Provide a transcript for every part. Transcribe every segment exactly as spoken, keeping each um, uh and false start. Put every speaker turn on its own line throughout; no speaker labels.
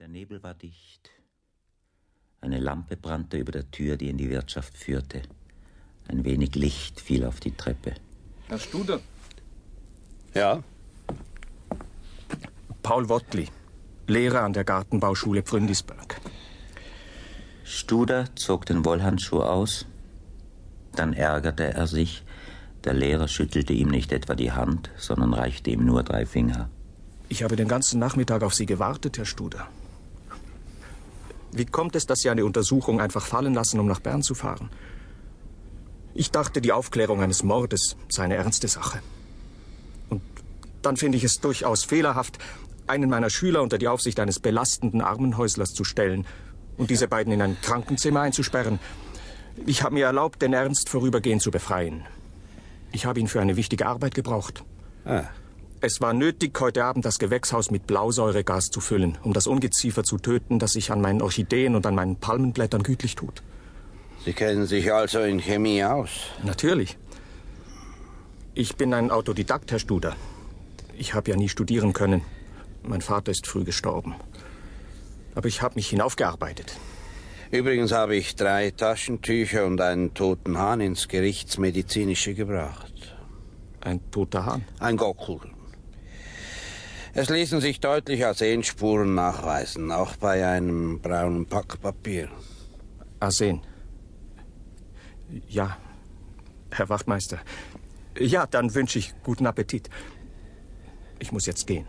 Der Nebel war dicht. Eine Lampe brannte über der Tür, die in die Wirtschaft führte. Ein wenig Licht fiel auf die Treppe.
Herr Studer.
Ja?
Paul Wottli, Lehrer an der Gartenbauschule Pfründisberg.
Studer zog den Wollhandschuh aus. Dann ärgerte er sich. Der Lehrer schüttelte ihm nicht etwa die Hand, sondern reichte ihm nur drei Finger.
Ich habe den ganzen Nachmittag auf Sie gewartet, Herr Studer. Wie kommt es, dass Sie eine Untersuchung einfach fallen lassen, um nach Bern zu fahren? Ich dachte, die Aufklärung eines Mordes sei eine ernste Sache. Und dann finde ich es durchaus fehlerhaft, einen meiner Schüler unter die Aufsicht eines belastenden Armenhäuslers zu stellen und diese beiden in ein Krankenzimmer einzusperren. Ich habe mir erlaubt, den Ernst vorübergehend zu befreien. Ich habe ihn für eine wichtige Arbeit gebraucht.
Ah.
Es war nötig, heute Abend das Gewächshaus mit Blausäuregas zu füllen, um das Ungeziefer zu töten, das sich an meinen Orchideen und an meinen Palmenblättern gütlich tut.
Sie kennen sich also in Chemie aus?
Natürlich. Ich bin ein Autodidakt, Herr Studer. Ich habe ja nie studieren können. Mein Vater ist früh gestorben. Aber ich habe mich hinaufgearbeitet.
Übrigens habe ich drei Taschentücher und einen toten Hahn ins Gerichtsmedizinische gebracht.
Ein toter Hahn?
Ein Gockel. Es ließen sich deutlich Arsenspuren nachweisen, auch bei einem braunen Packpapier.
Arsen? Ja, Herr Wachtmeister. Ja, dann wünsche ich guten Appetit. Ich muss jetzt gehen.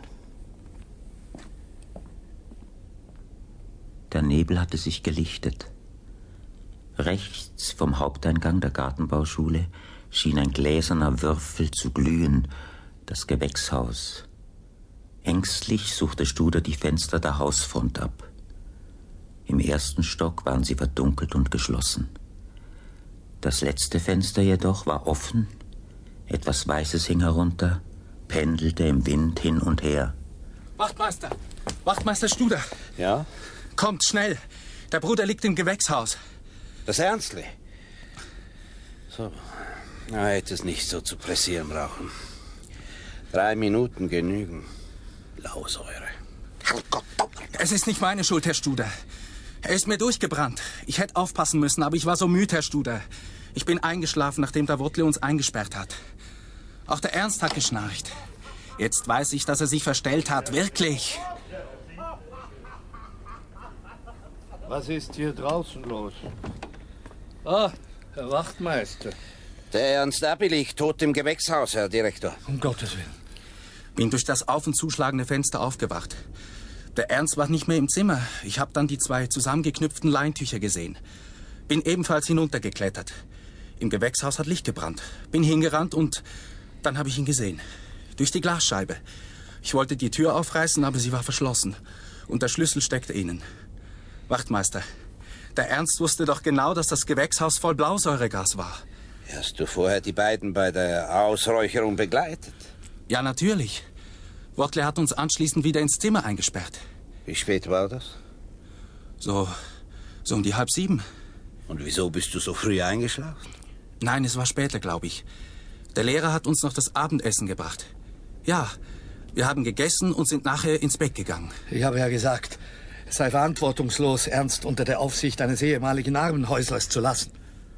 Der Nebel hatte sich gelichtet. Rechts vom Haupteingang der Gartenbauschule schien ein gläserner Würfel zu glühen, das Gewächshaus. Ängstlich suchte Studer die Fenster der Hausfront ab. Im ersten Stock waren sie verdunkelt und geschlossen. Das letzte Fenster jedoch war offen, etwas Weißes hing herunter, pendelte im Wind hin und her.
Wachtmeister! Wachtmeister Studer!
Ja?
Kommt, schnell! Der Bruder liegt im Gewächshaus.
Das Ernstli? So, er hätte es nicht so zu pressieren brauchen. Drei Minuten genügen. Blausäure.
Es ist nicht meine Schuld, Herr Studer. Er ist mir durchgebrannt. Ich hätte aufpassen müssen, aber ich war so müde, Herr Studer. Ich bin eingeschlafen, nachdem der Wottli uns eingesperrt hat. Auch der Ernst hat geschnarcht. Jetzt weiß ich, dass er sich verstellt hat, wirklich.
Was ist hier draußen los? Ah, Herr Wachtmeister.
Der Ernst Abi liegt tot im Gewächshaus, Herr Direktor.
Um Gottes Willen. Bin durch das auf- und zuschlagende Fenster aufgewacht. Der Ernst war nicht mehr im Zimmer. Ich habe dann die zwei zusammengeknüpften Leintücher gesehen. Bin ebenfalls hinuntergeklettert. Im Gewächshaus hat Licht gebrannt. Bin hingerannt und dann habe ich ihn gesehen. Durch die Glasscheibe. Ich wollte die Tür aufreißen, aber sie war verschlossen. Und der Schlüssel steckte innen. Wachtmeister, der Ernst wusste doch genau, dass das Gewächshaus voll Blausäuregas war.
Hast du vorher die beiden bei der Ausräucherung begleitet?
Ja, natürlich. Wottli hat uns anschließend wieder ins Zimmer eingesperrt.
Wie spät war das?
So, so um die halb sieben.
Und wieso bist du so früh eingeschlafen?
Nein, es war später, glaube ich. Der Lehrer hat uns noch das Abendessen gebracht. Ja, wir haben gegessen und sind nachher ins Bett gegangen.
Ich habe ja gesagt, es sei verantwortungslos, Ernst unter der Aufsicht eines ehemaligen Armenhäuslers zu lassen.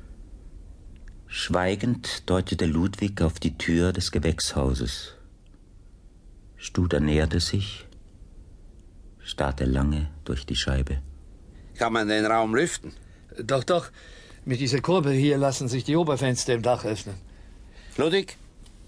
Schweigend deutete Ludwig auf die Tür des Gewächshauses. Studer näherte sich, starrte lange durch die Scheibe.
Kann man den Raum lüften?
Doch, doch. Mit dieser Kurbel hier lassen sich die Oberfenster im Dach öffnen.
Ludwig?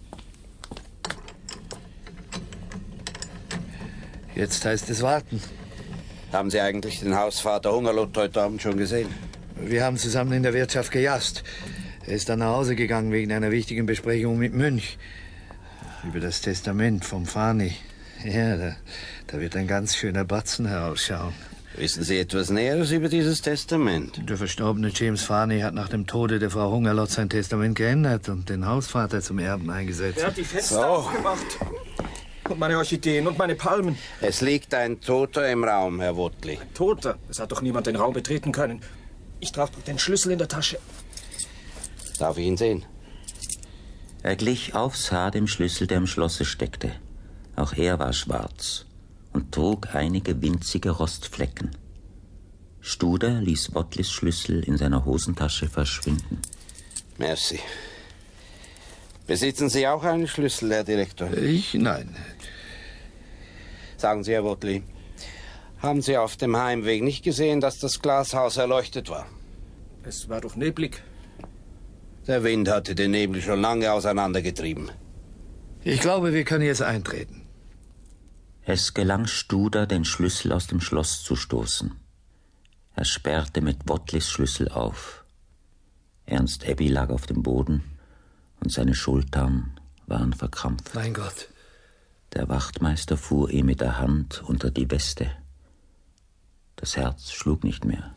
Jetzt heißt es warten.
Haben Sie eigentlich den Hausvater Hungerlott heute Abend schon gesehen?
Wir haben zusammen in der Wirtschaft gejasst. Er ist dann nach Hause gegangen wegen einer wichtigen Besprechung mit Mönch. Über das Testament vom Fani. Ja, da, da wird ein ganz schöner Batzen herausschauen.
Wissen Sie etwas Näheres über dieses Testament?
Der verstorbene James Fani hat nach dem Tode der Frau Hungerlott sein Testament geändert und den Hausvater zum Erben eingesetzt.
Er hat die Fenster
So.
aufgemacht. Und meine Orchideen und meine Palmen.
Es liegt ein Toter im Raum, Herr Wottli.
Toter. Es hat doch niemand den Raum betreten können. Ich traf doch den Schlüssel in der Tasche.
Darf ich ihn sehen?
Er glich aufs Haar dem Schlüssel, der im Schlosse steckte. Auch er war schwarz und trug einige winzige Rostflecken. Studer ließ Wottlis Schlüssel in seiner Hosentasche verschwinden.
Merci. Besitzen Sie auch einen Schlüssel, Herr Direktor?
Ich? Nein.
Sagen Sie, Herr Wottli, haben Sie auf dem Heimweg nicht gesehen, dass das Glashaus erleuchtet war?
Es war doch neblig.
Der Wind hatte den Nebel schon lange auseinandergetrieben.
Ich glaube, wir können jetzt eintreten.
Es gelang Studer, den Schlüssel aus dem Schloss zu stoßen. Er sperrte mit Wottlis Schlüssel auf. Ernst Ebbi lag auf dem Boden und seine Schultern waren verkrampft.
Mein Gott.
Der Wachtmeister fuhr ihm mit der Hand unter die Weste. Das Herz schlug nicht mehr.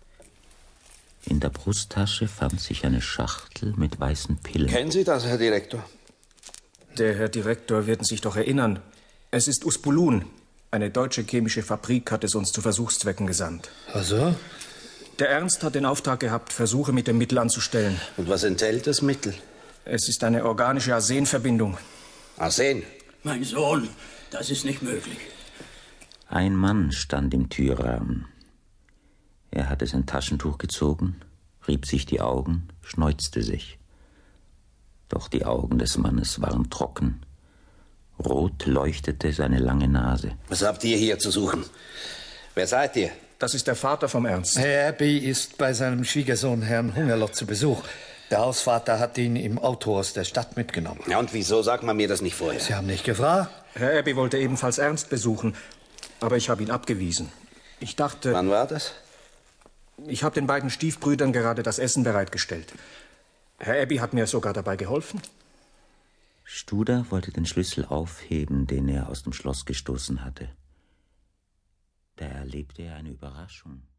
In der Brusttasche fand sich eine Schachtel mit weißen Pillen.
Kennen Sie das, Herr Direktor?
Der Herr Direktor wird sich doch erinnern. Es ist Uspulun. Eine deutsche chemische Fabrik hat es uns zu Versuchszwecken gesandt.
Ach so?
Der Ernst hat den Auftrag gehabt, Versuche mit dem Mittel anzustellen.
Und was enthält das Mittel?
Es ist eine organische Arsenverbindung.
Arsen?
Mein Sohn, das ist nicht möglich.
Ein Mann stand im Türrahmen. Er hatte sein Taschentuch gezogen, rieb sich die Augen, schneuzte sich. Doch die Augen des Mannes waren trocken. Rot leuchtete seine lange Nase.
Was habt ihr hier zu suchen? Wer seid ihr?
Das ist der Vater vom Ernst.
Herr Ebbi ist bei seinem Schwiegersohn Herrn Hungerlott zu Besuch. Der Hausvater hat ihn im Auto aus der Stadt mitgenommen.
Ja, und wieso sagt man mir das nicht vorher?
Sie haben nicht gefragt?
Herr Ebbi wollte ebenfalls Ernst besuchen, aber ich habe ihn abgewiesen. Ich dachte...
Wann war das?
Ich habe den beiden Stiefbrüdern gerade das Essen bereitgestellt. Herr Ebbi hat mir sogar dabei geholfen.
Studer wollte den Schlüssel aufheben, den er aus dem Schloss gestoßen hatte. Da erlebte er eine Überraschung.